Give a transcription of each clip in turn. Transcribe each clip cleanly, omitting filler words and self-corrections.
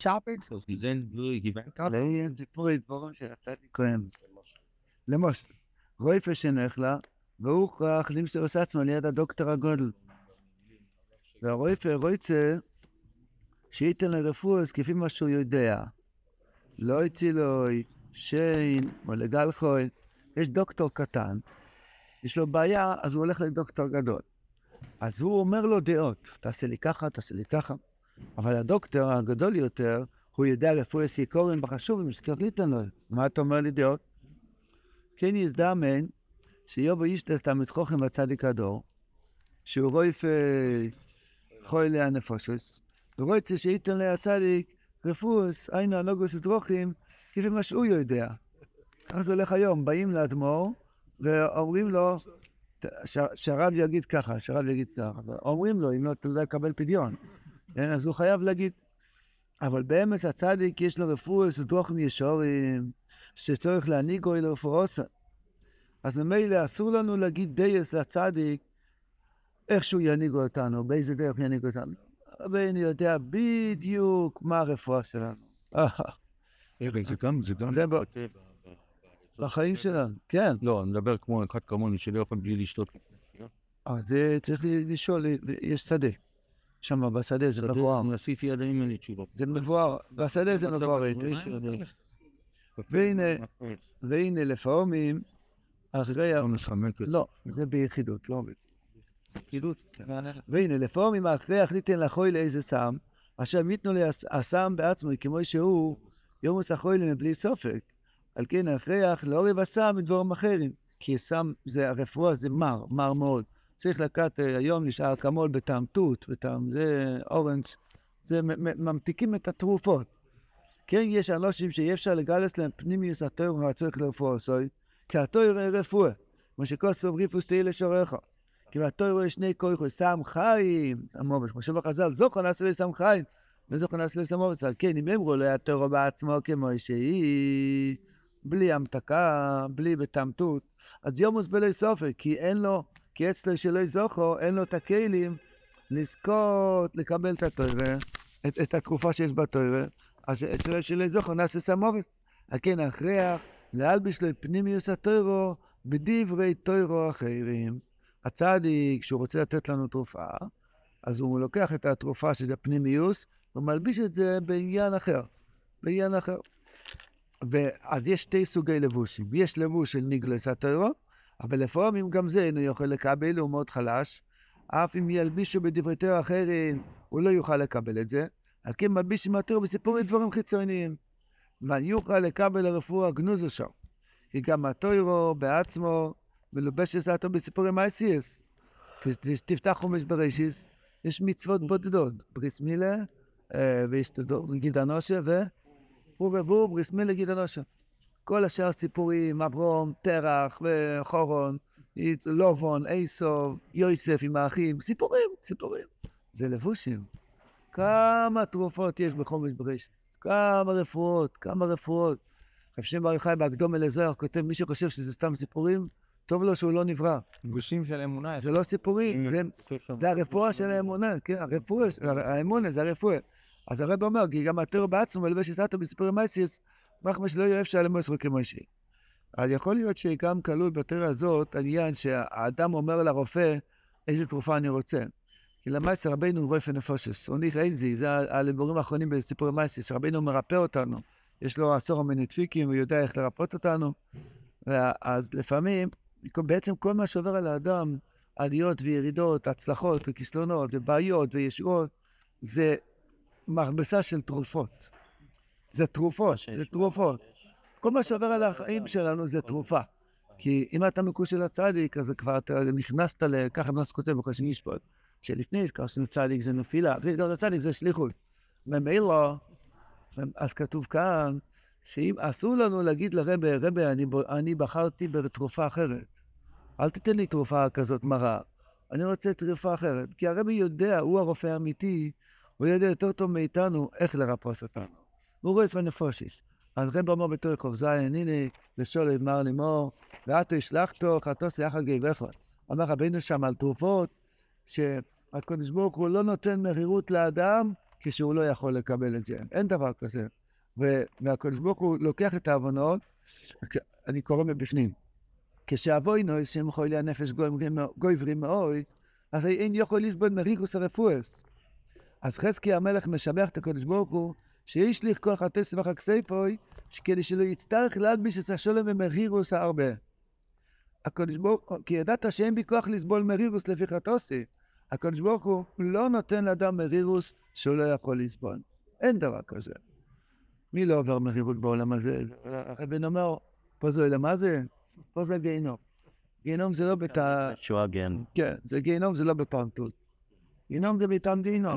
Choppers? So sie sind wirklich זה סיפור דבורם שיצאתי כהן. למשל, רויפה שנחלה, והוא כוח למסור את עצמו ליד הדוקטור הגודל. והרויפה רוצה שייתן לרפואס כפי מה שהוא יודע. לא הצילוי, שיין, או לגל חוי. יש דוקטור קטן, יש לו בעיה, אז הוא הולך לדוקטור גדול. אז הוא אומר לו דעות, תעשה לי ככה, תעשה לי ככה. אבל הדוקטור הגדול יותר, הוא יודע רפואי סיקורים בחשוב, ומסכר ליתן לו. מה אתה אומר לי דעות? כן יזדמן, שיובו ישתת המתחוכם בצדיק הדור, שהוא רויף חוי להנפושס, ורוצה שייתן לי הצדיק רפוס, היינו הנוגוס ודרוכים, כפי מה שהוא יודע. אז הולך היום, באים לאדמו"ר, ואומרים לו, שהרב יגיד ככה, אומרים לו, אם לא תדע לקבל פדיון, אז הוא חייב להגיד, אבל באמץ הצדיק יש לו רפוס ודרוכים ישורים, שצריך להניגו אל רפואוסה. אז ממילא אסור לנו להגיד דייס לצדיק, איך שהוא יניגו אותנו, באיזה דרך יניגו אותנו. רבינו יודע בדיוק מה הרפואה שלנו. זה גם בחיים שלנו, כן. לא, אני מדבר כמו אחד כמוני שלא יכול בלי לשתות. זה צריך לשאול, יש שדה. שם בשדה זה מבואר. עשיתי ידיים אין לי תשובות. זה מבואר, בשדה זה מבואר. והנה לפעמים, אחרי... לא, זה ביחידות, לא עובד. יחידות. והנה לפעמים אחרי החליטן לחוי לאיזה סם, אשר מיתנו לי הסם בעצמו, כמו שהוא יומוס החוי מבלי סופק. על כן הכרח להוריב הסם מדבורים אחרים. כי סם, הרפואה זה מר מאוד. צריך לקחת היום נשאר אקמול בטעם תות, בטעם זה אורנג', זה ממתיקים את התרופות. כן, יש אנשים שאי אפשר לגלס להם פנימיוס התואר הצורך לרפואה סוי, כי התואר היא רפואה, כמו שכוסוב ריפוס תהי לשורך. כי התואר יש שני כויכו, סם חיים, המובס, כמו שבחז"ל, זוכו נעשה לי סם חיים, וזוכו נעשה לי סם מובס, על כן, אם אמרו לו, התואר בעצמו כמו שהיא, בלי המתקה, בלי בטעמתות, אז יומוס בלי סופר, כי אין לו, כי אצלו שלא זוכו, אין לו את הכלים לזכות לקבל את התואר, את התקופה שיש בתואר, אז אצלו שלא זוכו נעשה סם מובס. על כן, הכרח להלביש לו פנימיוס התואר, בדברי תואר אחרים. הצדיק, כשהוא רוצה לתת לנו תרופה, אז הוא לוקח את התרופה שזה פנימיוס, ומלביש את זה בעניין אחר. ואז יש שתי סוגי לבושים. יש לבוש של ניגלס התואר, אבל לפעמים גם זה אינו יכול לקבל, הוא מאוד חלש. אף אם ילבישו בדברי תואר אחרים, הוא לא יוכל לקבל את זה. על כן מלביש עם התואר בסיפורי דברים חיצוניים. ויוכל לקבל הרפואה גנוזו שם. כי גם התואר בעצמו, ולובש את זה בסיפורי מייסיאס. תפתח חומש בראשיס, יש מצוות בודדות. בריס מילה, ויש גיד אנושה, והוא בריס מילה גיד אנושה. כל השאר סיפורים, אברום, תרח וחורון, לובון, איסוב, יוסף עם האחים, סיפורים. זה לבושים. כמה תרופות יש בחומש בראשיס. כמה רפואות. רב שם בר יוחאי בהקדומה לזוהר כותב, מי שחושב שזה סתם סיפורים, טוב לו שהוא לא נברא. גושים של אמונה. זה לא סיפורים, זה הרפואה של האמונה, כן, האמונה זה הרפואה. אז הרב אומר, כי גם התואר בעצמו מלבש את בסיפורי מייסיאס, מחמש שלא יהיה אפשר למוסר כמו שהיא. אז יכול להיות שגם כלול בתואר הזאת, העניין שהאדם אומר לרופא, איזה תרופה אני רוצה. כי למייסר רבינו רופא נפושס, הוא נכנס איזי, זה הליבורים האחרונים בסיפורי מייסיאס, רבינו מרפא אותנו, יש לו 10 מניטפיקים, הוא יודע איך לרפות אותנו, אז לפעמים, בעצם כל מה שעובר על האדם, עליות וירידות, הצלחות וכישלונות ובעיות וישועות, זה מכבסה של תרופות. זה תרופות. כל מה שעובר על החיים שלנו זה תרופה. כי אם אתה מקושר לצדיק, אז כבר אתה נכנסת ככה נוס כותב בקושי משפט, שלפני קושי צדיק זה נפילה, וגם לצדיק זה שליחות. ממילא, אז כתוב כאן, שאם אסור לנו להגיד לרבי, אני בחרתי בתרופה אחרת. אל תיתן לי תרופה כזאת מרה. אני רוצה תרופה אחרת. כי הרבי יודע, הוא הרופא האמיתי, הוא יודע יותר טוב מאיתנו איך לרפות אותנו. הוא רואה את הנפושיס. אז רבי אומר בתור קוב זין, הנה, לשאול אמר לימור, ואתו ישלחתו, חתוס יחד גייבך. אמר רבינו שם על תרופות, שהקדוש ברוך הוא לא נותן מרירות לאדם, כשהוא לא יכול לקבל את זה. אין דבר כזה. והקדוש ברוך הוא לוקח את העוונות, אני קורא מבפנים. כשאבוינוס, שהם חולי הנפש גויברים מאוד, אז אין יכול לסבול מריחוס הרפואס. אז חזקי המלך משבח את הקדוש ברוך הוא, שישליך כל חטא וחג סייפוי, כדי שלא יצטרך להלביש את השולם ומרירוס הרבה. הקדוש ברוך הוא, כי ידעת שאין בי כוח לסבול מרירוס לפי חטאוסי. הקדוש ברוך הוא לא נותן לאדם מרירוס שהוא לא יכול לסבול. אין דבר כזה. מי לא עובר מרירות בעולם הזה? הרבן אומר, פה זה מה זה? פה זה גיהינום. גיהינום זה לא שואה גיהינום. כן, זה גיהינום זה לא בפרטות. גיהינום זה מטעם גיהינום.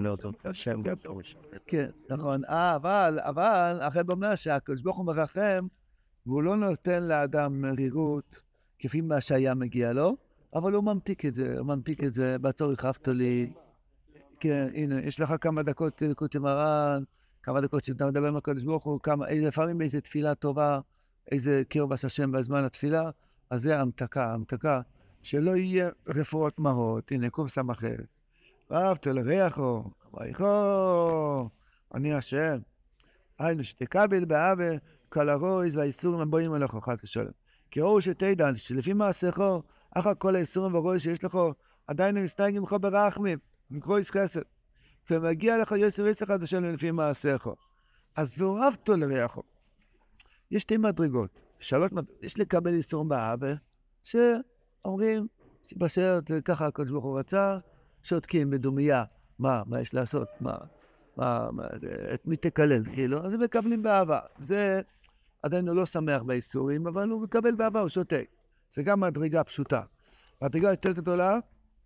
כן, נכון. אבל הרב אומר שהקדוש ברוך הוא מרחם, והוא לא נותן לאדם מרירות כפי מה שהיה מגיע לו, אבל הוא ממתיק את זה, בצורך אהבת לי. כן, הנה, יש לך כמה דקות לקוטי מרן, כמה דקות שאתה מדבר עם הקדוש ברוך הוא, לפעמים איזו תפילה טובה, איזה קרבס השם בזמן התפילה, אז זה המתקה, שלא יהיה רפואות מרות. הנה, קורס סמכת. ואהבת לריחו, ויכו, אני השם. היינו שתקבל באהבה כל הרויז והאיסורים הבאים עליך חס ושלום. כי ראו שתדע שלפי מעשיך, אחר כל האיסורים והרויז שיש לך, עדיין הם מסתייגים לך ברחמים, מקרויס חסד. ומגיע לך יוסף ויסח חס ושלום לפי מעשיך. אז ואהבת לריחו. יש שתי מדרגות, יש לקבל איסורים באהבה, שאומרים, בשרת ככה הקדוש ברוך הוא רצה, שותקים בדומייה, מה יש לעשות, את מי תקלל, כאילו, אז הם מקבלים באהבה. זה עדיין הוא לא שמח באיסורים, אבל הוא מקבל באהבה, הוא שותק. זה גם מדרגה פשוטה. מדרגה יותר גדולה,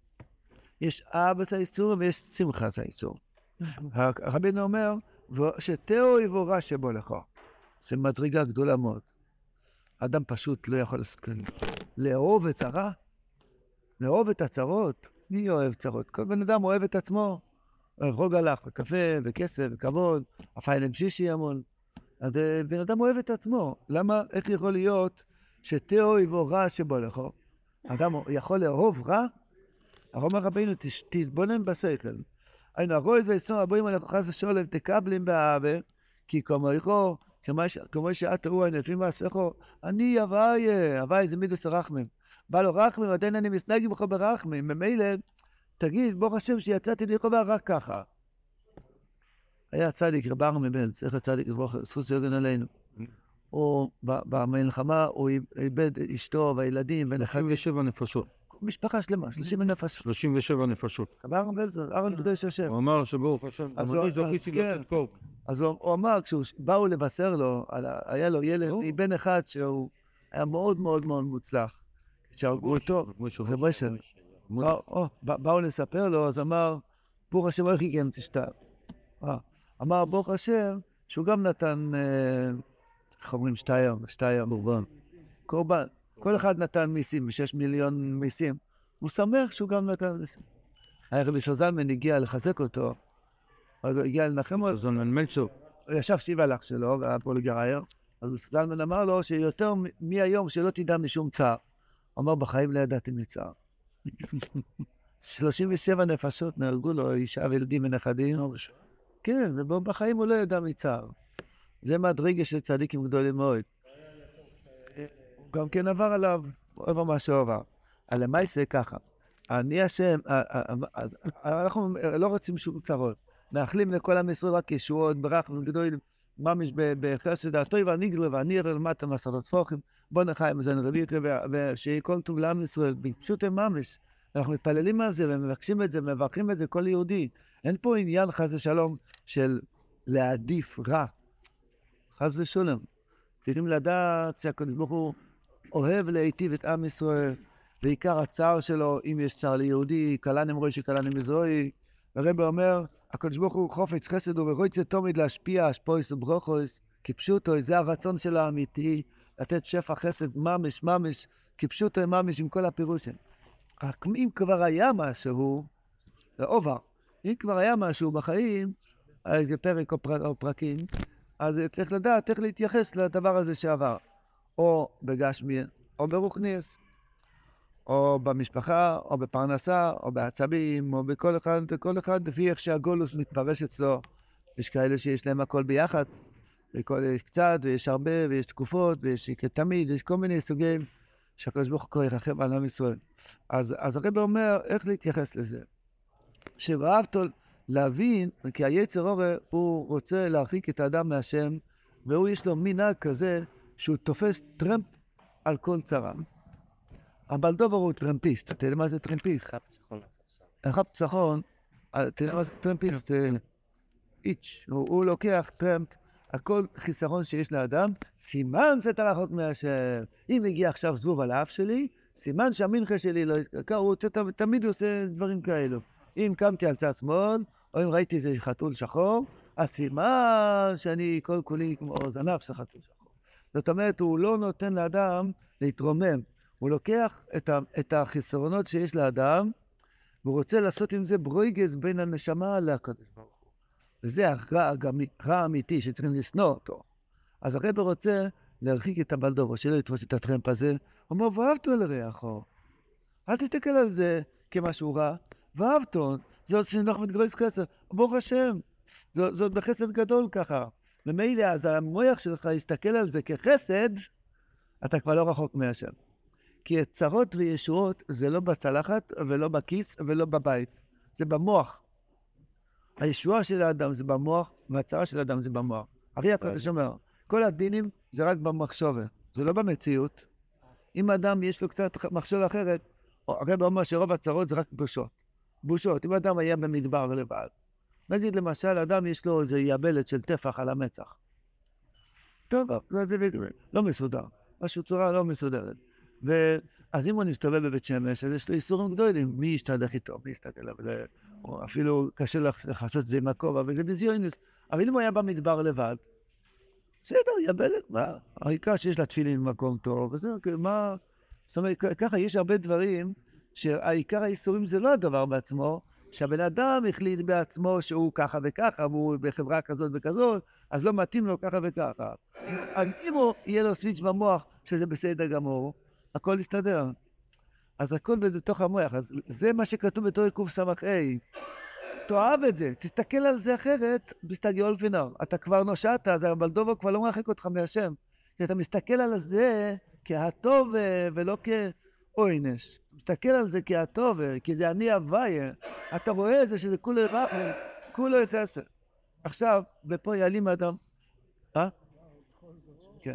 יש אהבה האיסורים ויש שמחה האיסורים. הרבן אומר, שתהו יבורא שבו לך. זה מדרגה גדולה מאוד. אדם פשוט לא יכול לעשות כאלה. לאהוב את הרע, לאהוב את הצרות, מי אוהב צרות? כל בן אדם אוהב את עצמו. רוג הלך, וקפה, וכסף, וכבוד, אפילו שישי המון. אז בן אדם אוהב את עצמו. למה, איך יכול להיות שתאהב רע שבו לך? אדם יכול לאהוב רע? אומר רבינו, תתבונן בשכל. היינו, הרויז והאיסור הבאים עליך חס ושלום, תקבלים באהבה, כי כמו שאת ראו, לפי מעשיכו, אני הוואי זה מידוס הרחמים. בא לו רחמים, עדיין אני מסנגי בך ברחמים. ממילא, תגיד, ברוך השם שיצאתי לחובה רק ככה. היה צדיק, רב ארמי בן, צריך צדיק, זכות שיוגן עלינו. הוא, במלחמה, הוא איבד אשתו והילדים, 37 נפשות. משפחה שלמה, 30 נפשות. 37 נפשות. רב ארמי בן, ארון קדוש השם. הוא אמר שברוך השם, אז הוא אמר, כשבאו לבשר לו, היה לו ילד, בן אחד שהוא היה מאוד מאוד מאוד מוצלח. שהרגו אותו, רבשן. באו לספר לו, אז אמר, ברוך השם, איך הגיע תשתה? אמר, ברוך השם, שהוא גם נתן, איך אומרים, שתיים, קורבן. כל אחד נתן מיסים, 6 מיליון מיסים. הוא שמח שהוא גם נתן מיסים. הרבי שוזלמן הגיע לחזק אותו, הגיע לנחם אותו. שוזלמן מלצור. הוא ישב שבעה לך שלו, הפוליגרייר, אז שוזלמן אמר לו שיותר מהיום שלא תדע משום צער. אמר, בחיים לא ידעתי מצער. 37 נפשות נהרגו לו, אישה וילדים ונכדים. כן, ובחיים הוא לא ידע מצער. זה מדרגה של צדיקים גדולים מאוד. גם כן עבר עליו, עבר מה שעבר. על מה יעשה ככה? אני השם, אנחנו לא רוצים שום צרות. מאחלים לכל עם ישראל רק ישועות, ברחמים גדולים, ממש בחסד הסטוי והניגלו והניר למטה מסעות פוחים. בוא נחיים את זה נרבית ושיהיה כל טוב לעם ישראל, פשוט הם ממש. אנחנו מתפללים על זה ומבקשים את זה, מברכים את זה כל יהודי. אין פה עניין חס ושלום של להעדיף רע. חס ושלום. צריכים לדעת שהקדוש ברוך הוא אוהב להיטיב את עם ישראל, ועיקר הצער שלו, אם יש צער ליהודי, קלן אמרוי שקלן אמזרוי. הרב אומר, הקדוש ברוך הוא חופץ חסד ורוצה תמיד להשפיע, השפויס וברוכויס, כפשוטו, זה הרצון שלו האמיתי, לתת שפע חסד ממש, כפשוטו ממש עם כל הפירושים. רק אם כבר היה משהו, זה עובר, אם כבר היה משהו בחיים, איזה פרק או פרקים, אז צריך לדעת איך להתייחס לדבר הזה שעבר, או בגשמי, או ברוחניאס, או במשפחה, או בפרנסה, או בעצבים, או בכל אחד לפי איך שהגולוס מתפרש אצלו, יש כאלה שיש להם הכל ביחד, יש קצת, ויש הרבה, ויש תקופות, ויש תמיד, יש כל מיני סוגים שהקדוש ברוך הוא ירחם על עם ישראל. אז הרב אומר איך להתייחס לזה. שאהבת להבין, כי היצר הרי הוא רוצה להרחיק את האדם מהשם, והוא יש לו מנהג כזה שהוא תופס טרמפ על כל צרה. הבלדובר הוא טרמפיסט, אתה יודע מה זה טרמפיסט? אחד פצחון, אתה יודע מה זה טרמפיסט? איץ', הוא לוקח טרמפ על כל חיסרון שיש לאדם, סימן שאתה רחוק מהשם. אם הגיע עכשיו זבוב על האף שלי, סימן שהמנחה שלי לא התקרקע, הוא תמיד עושה דברים כאלו. אם קמתי על צד שמאל, או אם ראיתי איזה חתול שחור, הסימן שאני כל כולי כמו זנב של חתול שחור. זאת אומרת, הוא לא נותן לאדם להתרומם. הוא לוקח את החיסרונות שיש לאדם, והוא רוצה לעשות עם זה ברויגז בין הנשמה לקדוש ברוך הוא. וזה הרע האמיתי שצריכים לשנוא אותו. אז הרב רוצה להרחיק את הבלדובר, שלא לתפוס את הטרמפ הזה. הוא אומר, ואהבתו לרעך. אל תתקל על זה כמשהו רע. ואהבתו, זה עוד שנוח מתגרויס חסד. ברוך השם, זאת בחסד גדול ככה. ומילא, אז המוח שלך יסתכל על זה כחסד, אתה כבר לא רחוק מהשם. כי צרות וישועות זה לא בצלחת ולא בכיס ולא בבית. זה במוח. הישועה של האדם זה במוח, והצרה של האדם זה במוח. הרי הקדוש אומר, כל הדינים זה רק במחשבה, זה לא במציאות. אם האדם יש לו קצת מחשבה אחרת, הרב אומר שרוב הצרות זה רק בושות. בושות. אם האדם היה במדבר ולבד, נגיד למשל, האדם יש לו איזו יבלת של טפח על המצח. טוב, זה לא מסודר. משהו צורה לא מסודרת. אז אם הוא מסתובב בבית שמש, אז יש לו איסורים גדולים. מי ישתדך איתו? מי יסתכל עליו? או אפילו קשה לחשת את זה עם הכובע, וזה בזיונס. אבל אם הוא היה במדבר לבד, בסדר, יבלת, מה? העיקר שיש לה תפילין במקום טוב, וזהו, מה? זאת אומרת, ככה יש הרבה דברים שהעיקר האיסורים זה לא הדבר בעצמו, שהבן אדם החליט בעצמו שהוא ככה וככה, והוא בחברה כזאת וכזאת, אז לא מתאים לו ככה וככה. אם הוא יהיה לו סוויץ' במוח, שזה בסדר גמור, הכל יסתדר. אז הכל בתוך המוח, אז זה מה שכתוב בתור קס"ה. תאהב את זה, תסתכל על זה אחרת, בסתגי אולפינר. אתה כבר נושעת, אז הבלדובר כבר לא מרחק אותך מהשם. כי אתה מסתכל על זה כהטוב ולא כאוינש. מסתכל על זה כהטוב, כי זה אני הוויה. אתה רואה את זה שזה כולו רחם, כולו יססר. עכשיו, ופה יעלים האדם. כן.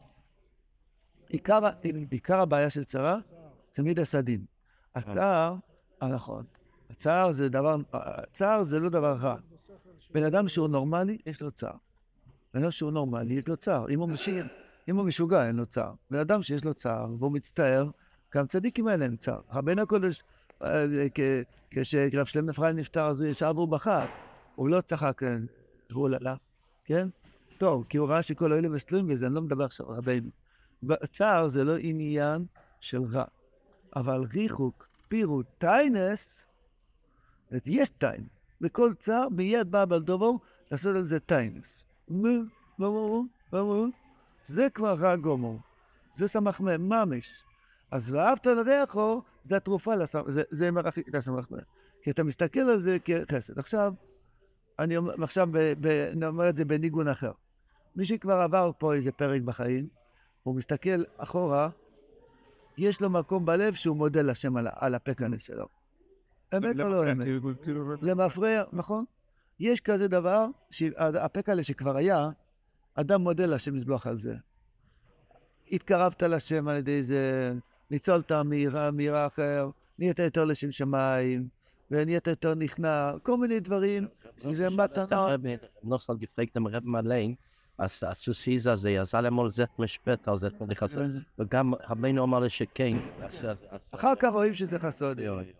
עיקר הבעיה של צרה, זה מידס הדין. הצער, נכון. הצער זה לא דבר רע. בן אדם שהוא נורמלי, יש לו צער. בן אדם שהוא נורמלי, יש לו צער. אם הוא משוגע, אין לו צער. בן אדם שיש לו צער, והוא מצטער, גם צדיקים האלה הם צער. רבן הקודש, כשרב שלמה אפרים נפטר, אז הוא ישב והוא בכה. הוא לא צחק, הוא עלה, כן? טוב, כי הוא ראה שכל האלה מסתלמים בזה, אני לא מדבר עכשיו רבינו. צער זה לא עניין של רע. אבל ריחוק, פירוט, טיינס, יש טיינס. בכל צער, מיד בא בלדובור לעשות על זה טיינס. זה כבר רע גומור. זה סמך ממש. אז ואהבת לרעך, זה התרופה, זה מרחיק את הסמך ממש. כי אתה מסתכל על זה כחסד. עכשיו, אני אומר את זה בניגון אחר. מי שכבר עבר פה איזה פרק בחיים, הוא מסתכל אחורה, יש לו מקום בלב שהוא מודה לשם על הפקנס שלו. אמת או לא אמת? למפרע, נכון? יש כזה דבר, שהפקנס שכבר היה, אדם מודה לשם מזבח על זה. התקרבת לשם על ידי זה, ניצולת מהירה אחר, נהיית יותר לשם שמיים, ונהיית יותר נכנע, כל מיני דברים, וזה מתנה. נוסל גפרקתם רב מלאים, אז הסוסיזה זה יעשה למול זאת משפט על זאת חסוד, וגם רבינו אמר לי שכן. אחר כך רואים שזה חסוד.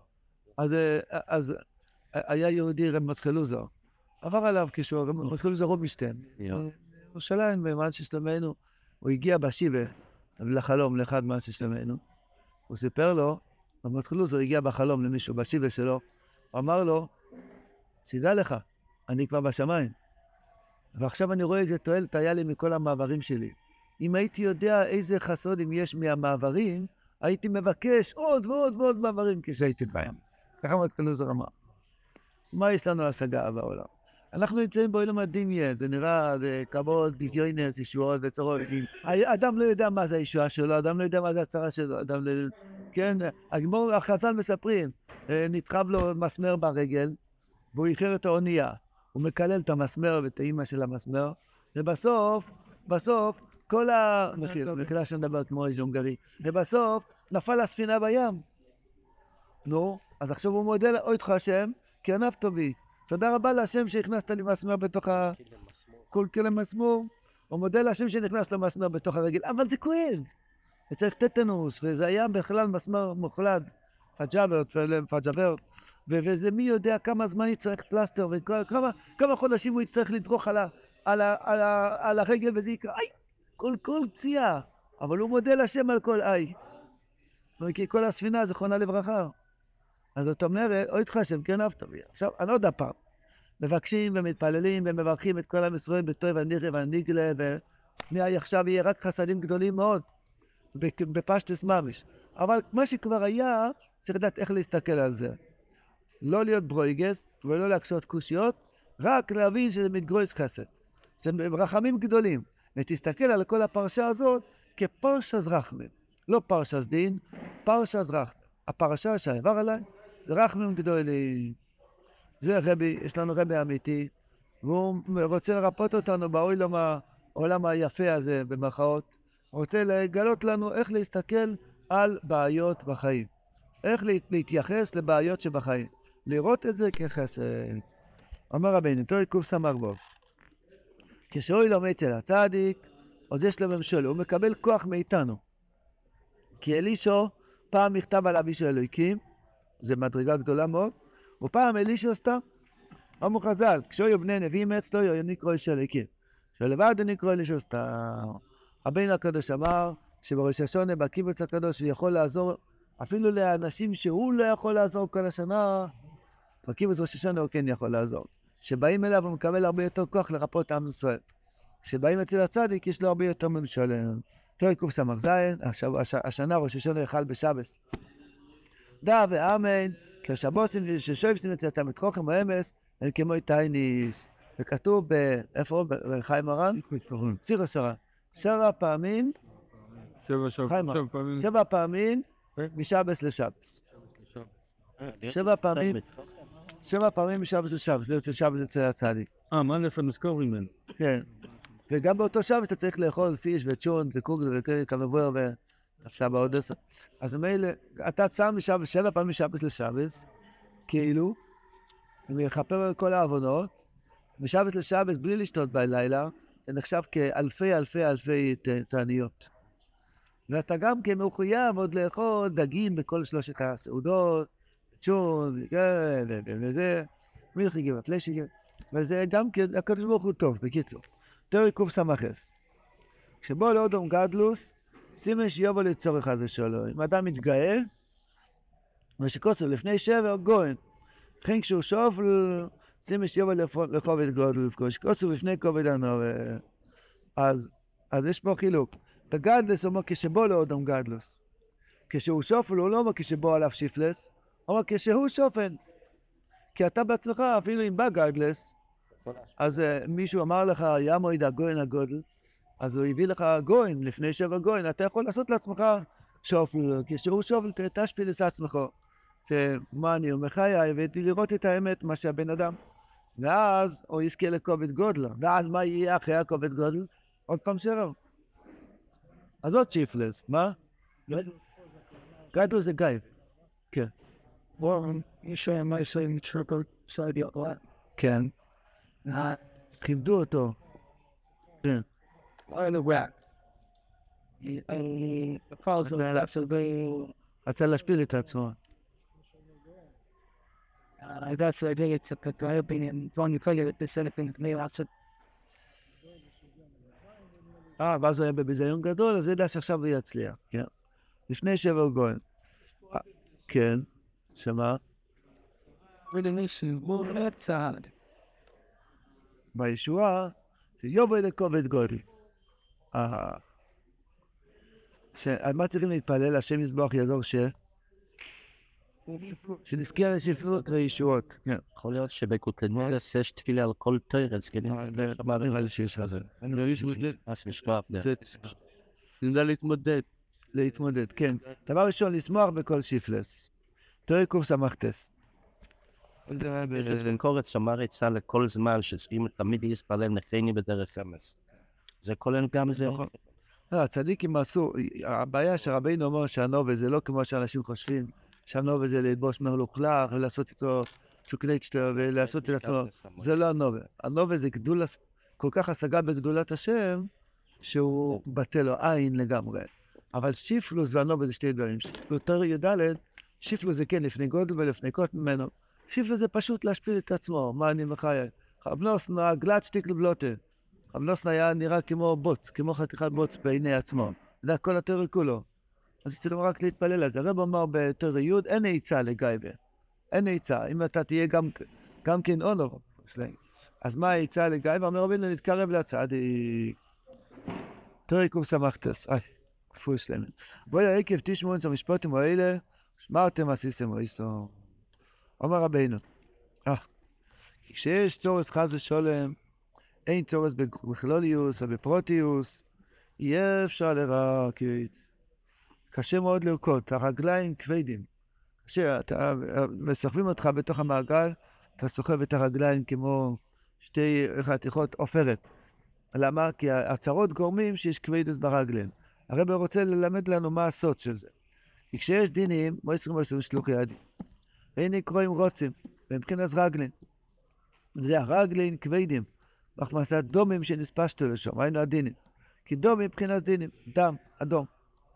אז היה יהודי רב מצחלוזר, עבר עליו כשהוא רב מצחלוזר רובינשטיין, ירושלים במאנשי שלמנו, הוא הגיע בשיבה לחלום לאחד מאנשי שלמנו, הוא סיפר לו, רב מצחלוזר הגיע בחלום למישהו בשיבה שלו, הוא אמר לו, שידע לך, אני כבר בשמיים. ועכשיו אני רואה איזה תועלת היה לי מכל המעברים שלי. אם הייתי יודע איזה חסודים יש מהמעברים, הייתי מבקש עוד ועוד ועוד מעברים כשהייתי בהם. ככה מתקלוזר אמר. מה יש לנו השגה בעולם? אנחנו נמצאים בעולם הדמיין, זה נראה, זה כבוד, ביזיונס, ישועות וצרות. אדם לא יודע מה זה הישועה שלו, אדם לא יודע מה זה הצרה שלו, אדם לא... כן, הגמור, החז"ל מספרים, נתחב לו מסמר ברגל, והוא איחר את האונייה. הוא מקלל את המסמר ואת האימא של המסמר, ובסוף, כל מחילה שאני מדבר כמו איזה הונגרי, ובסוף נפל הספינה בים. נו, אז עכשיו הוא מודה לאויתך השם, כי ענפת בי. תודה רבה להשם שהכנסת לי מסמר בתוך כל כלם מסמור. הוא מודה להשם שנכנס למסמר בתוך הרגל, אבל זה כואב. וצריך טטנוס, וזה היה בכלל מסמר מוחלד, פג'בר, וזה מי יודע כמה זמן יצטרך פלסטר, וכמה חודשים הוא יצטרך לדרוך על הרגל, וזה יקרה, כל פציעה. אבל הוא מודה להשם על כל כי כל הספינה זכרונה לברכה. אז זאת אומרת, אוי איתך השם, כן אהבת בי. עכשיו, אני לא יודע פעם. מבקשים ומתפללים ומברכים את כל עם ישראל בטוב הניחא והניגלה, ומעכשיו יהיה רק חסדים גדולים מאוד, בפשטוס ממש. אבל מה שכבר היה, צריך לדעת איך להסתכל על זה. לא להיות ברויגס ולא להקשות קושיות, רק להבין שזה מתגרויס חסד. זה רחמים גדולים. ותסתכל על כל הפרשה הזאת כפרשס רחמים. לא פרשס דין, פרשס רחמים. הפרשה שעבר עליי זה רחמים גדולים. זה רבי, יש לנו רבי אמיתי, והוא רוצה לרפות אותנו בעולם היפה הזה, במרכאות. הוא רוצה לגלות לנו איך להסתכל על בעיות בחיים. איך להתייחס לבעיות שבחיים. לראות את זה כחסד. אומר רבינו, תורי קוף סמר בו. כשאוי לומד אצל הצדיק, אז יש לו ממשלה, הוא מקבל כוח מאיתנו. כי אלישו, פעם מכתב על אבישו אלוהיקים, זה מדרגה גדולה מאוד, ופעם אלישו סתם. אמרו חז"ל, כשאוי בני נביאים אצלו, יוי נקרא איש אלוהיקים. שלבד נקרא אלישו סתם. רבינו הקדוש אמר, שבראש השונה בקיבוץ הקדוש, הוא יכול לעזור אפילו לאנשים שהוא לא יכול לעזור כל השנה, בקיבוץ ראש השונה הוא כן יכול לעזור. שבאים אליו הוא מקבל הרבה יותר כוח לרפות עם ישראל. שבאים אצל הצדיק יש לו הרבה יותר ממשלה. תראי קוף סמך זין, השנה ראש השונה יחל בשבס. דע ואמן, כשבוסים ששויפסים אצל תלמיד חכם האמס, הם כמו טייניס. וכתוב איפה? בחיים מרן? ציר עשרה. 7 פעמים, 7 פעמים משבס לשבס. 7 פעמים. 7 פעמים משבס לשבס, להיות לשבס אצל הצדיק. מה לפעמים נזכור ממנו? כן. וגם באותו שבס אתה צריך לאכול פיש וצ'ון וקוגל וכמבואר וסבא עוד 10. אז מילא, אתה צם משבס 7 פעמים משבס לשבס, כאילו, ומכפר על כל העוונות, משבס לשבס בלי לשתות בלילה, זה נחשב כאלפי תעניות. ואתה גם כן מחויב עוד לאכול דגים בכל 3 הסעודות, צ'ון, וזה, מלחיגים ופלשיגים, וזה גם כן, הקדוש ברוך הוא טוב, בקיצור. תראי קוף סמכס. כשבוא לאודום גדלוס, סימן שיובו לצורך הזה שלו. אם אדם מתגאה, ושכוסף לפני שבר, גוין. לכן כשהוא שוף, סימן שיובו לכובד גדלוס, כשכוסף לפני כובד הנור. אז יש פה חילוק. בגדלוס אומר כשבוא לאודום גדלוס. כשהוא שופל הוא לא אומר כשבוא עליו שיפלס, הוא אומר כשהוא שופן. כי אתה בעצמך, אפילו אם בא גדלס, אז מישהו אמר לך, ימויד הגוין הגודל, אז הוא הביא לך גוין, לפני 7 גוין, אתה יכול לעשות לעצמך שופל, כשהוא שופל תשפיל את עצמך. מה אני אומר חיי, ולראות את האמת, מה שהבן אדם. ואז הוא יזכה לכובד גודל, ואז מה יהיה אחרי הכובד גודל? עוד פעם 7. אז עוד שיפלס, מה? גדול זה גייב. כן. יש להם מה עושים טרופל סיידי עולה. כן. כיבדו אותו. כן. על הוואק. הפעל זה לעשות רצה להשפיל את עצמו. that's the idea it's a opinion when you figure it this anything may also ואז הוא היה בביזיון גדול, אז ידע שעכשיו הוא יצליח. כן. לפני 7 גוין. כן. שמה? really more outside בישועה, שיובו אלה כובד גודל. על מה צריכים להתפלל? השם יזבח יעזור שנזכה לשפלות וישועות. כן. יכול להיות שבקוטלנדס יש תפילה על כל תרץ, כן? נראה לי שיש על זה. אני מרגיש שזה... אז נשמע. נדע להתמודד, כן. דבר ראשון, לשמוח בכל שיפלס. תראי קורס המחתס. בקורץ שמר עצה לכל זמן שצריכים תמיד להספלל נחתני בדרך אמס. זה כולל גם זה. הצדיקים עשו, הבעיה שרבינו אומר שהנובה זה לא כמו שאנשים חושבים, שהנובה זה ללבוש מלוכלך ולעשות איתו צ'וקלקשטר ולעשות את עצמו, זה לא הנובה. הנובה זה גדול, כל כך השגה בגדולת השם, שהוא בטל לו עין לגמרי. אבל שיפלוס והנובה זה שתי דברים. יותר י"ד, שיפלוס זה כן לפני גודל ולפני קוט ממנו. שיפלוס זה פשוט להשפיל את עצמו, מה אני מחיי. חבנוסנה גלת שטיק לבלוטה. חבנוסנה היה נראה כמו בוץ, כמו חתיכת בוץ בעיני עצמו. זה הכל התיאורי כולו. אז אצלנו רק להתפלל על זה. הרב אמר בתיאורי י' אין עצה לגייבה. אין עצה. אם אתה תהיה גם כן אונור. אז מה העצה לגייבה? אומר רבינו להתקרב לצדיק. תיאורי קורס סמכתס. כפוי שלמים. בואי העקב תשמעו את המשפטים האלה, שמרתם עשיתם ראשון. אומר רבינו, כשיש צורס חס ושולם, אין צורס בכלוליוס או בפרוטיוס, יהיה אפשר לרקד. קשה מאוד לרקוד, הרגליים כבדים. קשה, מסחבים אותך בתוך המעגל, אתה סוחב את הרגליים כמו שתי חתיכות עופרת. למה? כי הצרות גורמים שיש כבדות ברגליים. הרב רוצה ללמד לנו מה הסוד של זה. כי כשיש דינים, מויסרים שלוח ידים. אין קרואים רוצים, ומבחינת רגלין. זה הרגלין כבדים. בהכנסת דומים שנספשתו לשם, היינו הדינים. כי דום מבחינת דינים, דם, אדום.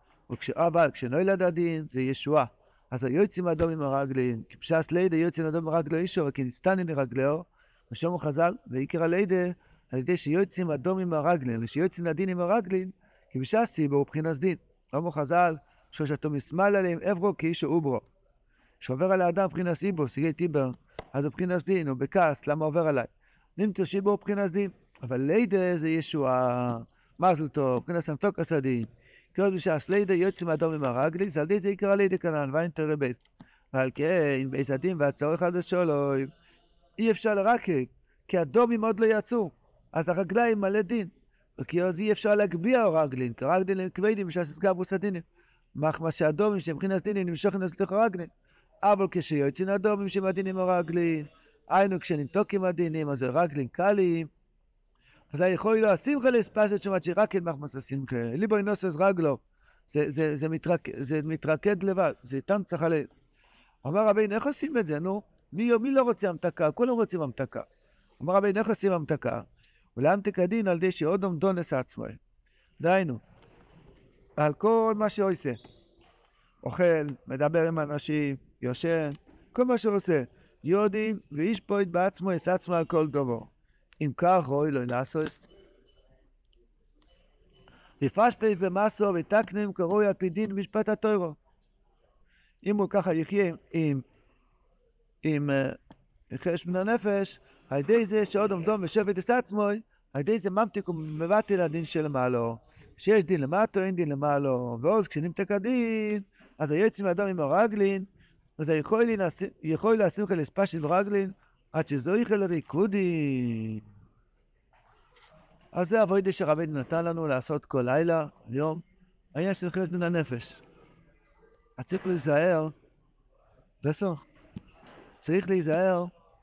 אבל כשנולד הדין, זה ישועה. אז היוצאים אדום עם הרגלין, כי פשס לידה יוצאים אדום הרגלו אישו, וכי נסתני לרגלו, ושומו חז"ל, ויקר הלידה, על ידי שיוצאים אדום עם הרגלין, ושיוצאים הדין עם הרגלין, כי בשסי בו מבחינת דין. אמרו חז"ל, שושתו משמאל עליהם עברו כאישו אוברו. שעובר על האדם מבחינת איבו, סיגי טיבר, אז הוא מבחינת דין, הוא בכעס, למה עובר עליי? נמצא שיבו מבחינת דין, אבל לידה זה ישועה, מזל טוב, מבחינת סמתוק הסדין. כי עוד בשעס לידה יוצאים אדום עם הרגלין, אז על די זה יקרא לידה כנן, ואין תראה בית. ועל כן, בית הדין והצורך עד השולוי, אי אפשר לרקד, כי הדומים עוד לא יצאו, אז הרגליים מלא דין. וכי אז אי אפשר להגביע הרגלין, כי הרגלין הם כבדים בשעס הסגברוס הדינים. מה שהדומים שמבחינת דינים נמשכים לתוך הרגלין. אבל כשיוצאים אדומים שמדינים הרגלין, היינו כשנמתוקים הדינים, אז הרגלין קלים, אז יכול לו השמחה להספשת שומעת שרקד מחמס השמחה. ליבו אינוסס רגלו, זה מתרקד לבד, זה תנצח עליהם. אמר רבינו, איך עושים את זה? נו, מי לא רוצה המתקה? כולם רוצים המתקה. אמר רבינו, איך עושים המתקה? ולהמתק הדין על די שעודום דונס עצמו. דיינו, על כל מה שעושה. אוכל, מדבר עם אנשים, יושן, כל מה שעושה. יודעים ואיש פועד בעצמו יש עצמו על כל דבר. אם כך רואי לו לעשות. ופשטי במסו ותקנם כרואי על פי דין משפט התוירו. אם הוא ככה יחיה עם חשבון הנפש, על ידי זה שעוד עומדום ושבת את עצמו, על ידי זה ממתיק ומבטל הדין של מעלו. שיש דין למטו, אין דין למעלו. ועוז כשנמתק הדין, אז היוצאים האדם עם הרגלין, אז יכול להשמחה לספשת ברגלין, עד שזו יחל לריקודי. אז זה עבודה שרבינו נתן לנו לעשות כל לילה, יום, היה של חשבון הנפש. אז צריך להיזהר, בסוף, צריך להיזהר,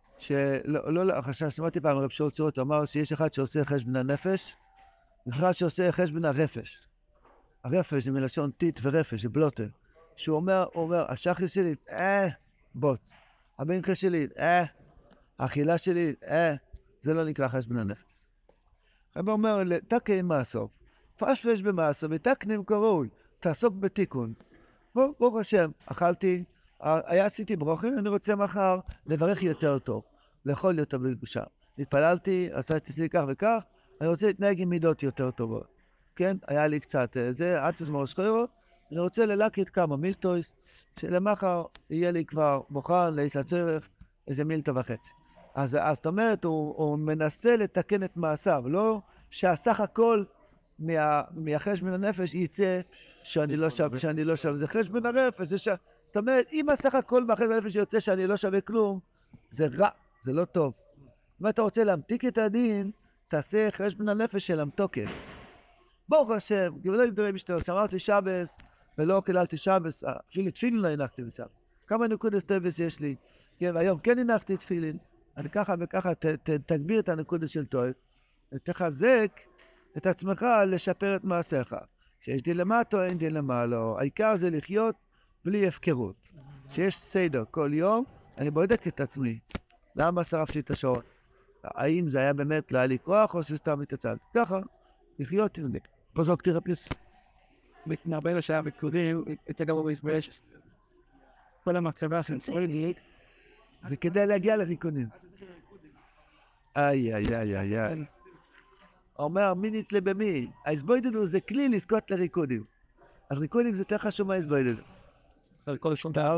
שמעתי פעם רב שאול צורות, אמר שיש אחד שעושה חשבון הנפש, ואחד שעושה חשבון הרפש. הרפש זה מלשון טיט ורפש, זה בלוטה. שהוא אומר, השחר שלי, בוץ. הבנחה שלי, האכילה שלי, זה לא נקרא חשבון הנפש. הרב אומר, תקן מעשו, פשפש במעשו ותקנים כראוי, תעסוק בתיקון. ברוך השם, אכלתי, עשיתי ברוכה, אני רוצה מחר לברך יותר טוב, לאכול יותר בקדושה. התפללתי, עשיתי כך וכך, אני רוצה להתנהג עם מידות יותר טובות. כן, היה לי קצת זה, עצס מורסחרו, אני רוצה ללקט כמה מילטויס, שלמחר יהיה לי כבר מוכן לעיס הצורך איזה מילטה וחצי. אז זאת אומרת, הוא מנסה לתקן את מעשיו, לא שהסך הכל מהחשבון הנפש יצא שאני לא שם, זה חשבון הרפש, זאת אומרת, אם הסך הכל בחלק הנפש שיוצא שאני לא שווה כלום, זה רע, זה לא טוב. אם אתה רוצה להמתיק את הדין, תעשה חשבון הנפש של המתוקן. ברוך השם, גאולה יבדרי משתר, שמרתי שבס, ולא קיללתי שבס, אפילו תפילין לא הנחתי משם. כמה נקודות טבס יש לי, כן, והיום כן הנחתי תפילין, אני ככה וככה תגביר את הנקודות של טוב, ותחזק את עצמך לשפר את מעשיך. שיש דין למטו, אין דין למעלו. העיקר זה לחיות בלי הפקרות. שיש סדר כל יום, אני בודק את עצמי. למה שרפתי את השעון? האם זה היה באמת לא היה לי כוח, או שסתם התעצלתי? ככה, לחיות עם זה. פוזוק תרפיוס. מתנרבה לשעה בקודים, אצל גרוע בישראל. כל המחשבה של צורי, זה כדי להגיע לריקונים. איי. אומר, מי נתלה במי? ההסבוידנו זה כלי לזכות לריקודים. אז ריקודים זה יותר חשוב מההסבוידנו. כל שום דבר.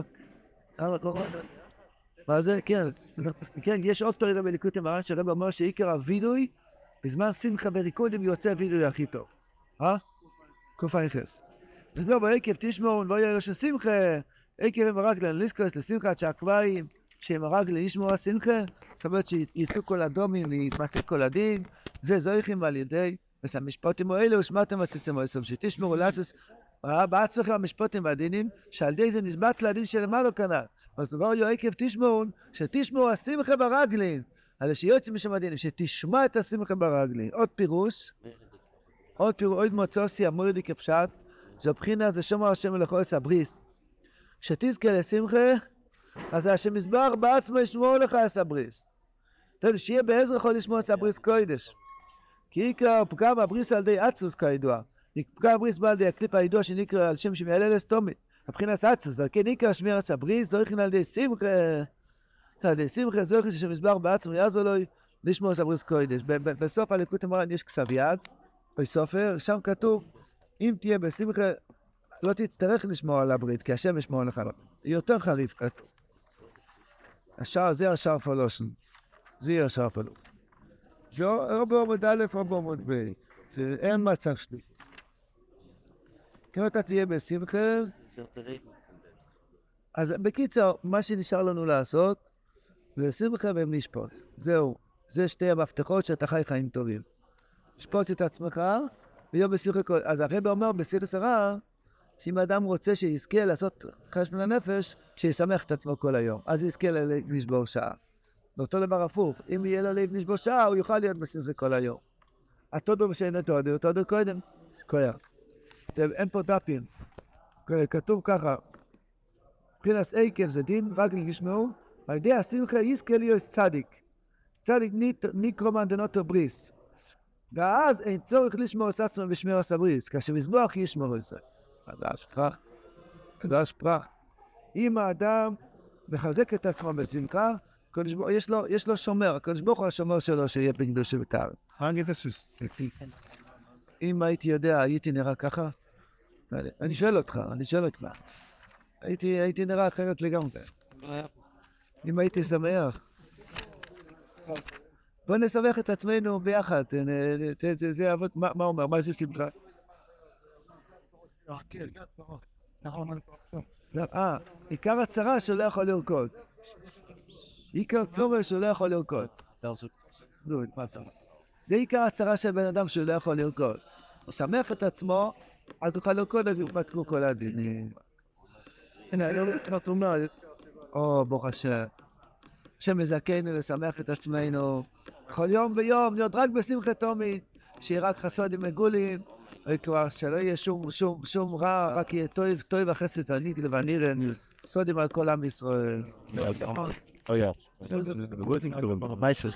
מה זה? כן. כן, יש עוד תיאוריה בליקוטי מרן שהרב אומר שעיקר הווידוי, בזמן שמחה וריקודים יוצא הווידוי הכי טוב. קופה יחס. וזהו, בעקב תשמעון, ואוי אלו ששמחה, עקב הם הרגלן, ליסקוס לשמחת שהקביים, שהם הרגלן ישמעו השמחה, זאת אומרת שיצאו כל הדומים, להתמקד כל הדין, זה זויכים על ידי, ושהמשפטים האלו, ושמעתם עשיסם עשם, שתשמעו לעשס, בעצמכם המשפטים והדינים, שעל די זה נשבט לדין שלמעלה כנ"ל. אז ואוי עקב תשמעון, שתשמעו השמחה ברגלין, על שיוצאים משם הדינים, שתשמע את השמחה ברגלין. עוד פירוש, עוד מוצוסי אמורי כפשט, זו בחינה זה שומר השם מלאכו עשה בריס. שתזכה לשמחה, אז השם יסבר בעצמו ישמור לך עשה בריס. טוב, שיהיה בעזר יכול לשמור עשה בריס קוידש. כי עיקר פגם הבריס על די עצוס כידוע. פגם הבריס בא על די הקליפ הידוע שנקרא על שם שמיילל לסתומי. הבחינס עצוס, על כן עיקר שמיר עשה בריס, זויכין על די שמחה. על די שמחה זויכין ששם יסבר בעצמו יעזור לו לשמור עשה בריס קוידש. בסוף הליקוטי מרן יש כסב יד. בסופר, שם כתוב, אם תהיה בשמחה, לא תצטרך לשמור על הברית, כי השם ישמור לך. יותר חריף כתוב. זה השער פלושן. זה יהיה השער פלושן. או בעומד א' או בעומד ב'. אין מצב שלי. אם אתה תהיה בשמחה, אז בקיצור, מה שנשאר לנו לעשות, זה שמחה והם נשפוט. זהו. זה שתי המפתחות שאתה חי חיים טובים. לשפוט את עצמך, ויום בשמחה כל... אז הרב אומר בסיר שרה, שאם האדם רוצה שיזכה לעשות חשבון הנפש, שישמח את עצמו כל היום. אז יזכה לשבור שעה. ואותו דבר הפוך, אם יהיה לו לב לשבור שעה, הוא יוכל להיות בשמחה כל היום. התודו ושאין התודו, תודו קודם, קויה. אין פה דפים. כתוב ככה, מבחינת עקב זה דין, רגל ישמעו, על ידי השמחה יזכה להיות צדיק. צדיק נקרא מנדנותו בריס. ואז אין צורך לשמור את עצמו ושמר הסבריס, כאשר מזבוח ישמור את זה. חדש פרח. אם האדם מחזק את עצמו בשמחה, יש לו שומר, הקדוש ברוך הוא השומר שלו שיהיה בקדושה ותאר. אם הייתי יודע, הייתי נראה ככה? אני שואל אותך. הייתי נראה אחרת לגמרי. אם הייתי שמח. בוא נשמח את עצמנו ביחד, זה אבות, מה אומר? מה זה שמחה? עיקר הצרה שלא יכול לרקוד. עיקר צורך שלא יכול לרקוד. זה עיקר הצרה של בן אדם שלא יכול לרקוד. הוא שמח את עצמו, אז תוכל לרקוד, אז יפתקו כל הדינים. הנה, אני אומר לך תומנה. ברוך השם. שמזכנו לשמח את עצמנו. כל יום ביום, להיות רק בשמחה תומית. שיהיה רק חסודים מגולים. וכבר שלא יהיה שום רע, רק יהיה טוב החסד והניגלה והנירן. סודים על כל עם ישראל.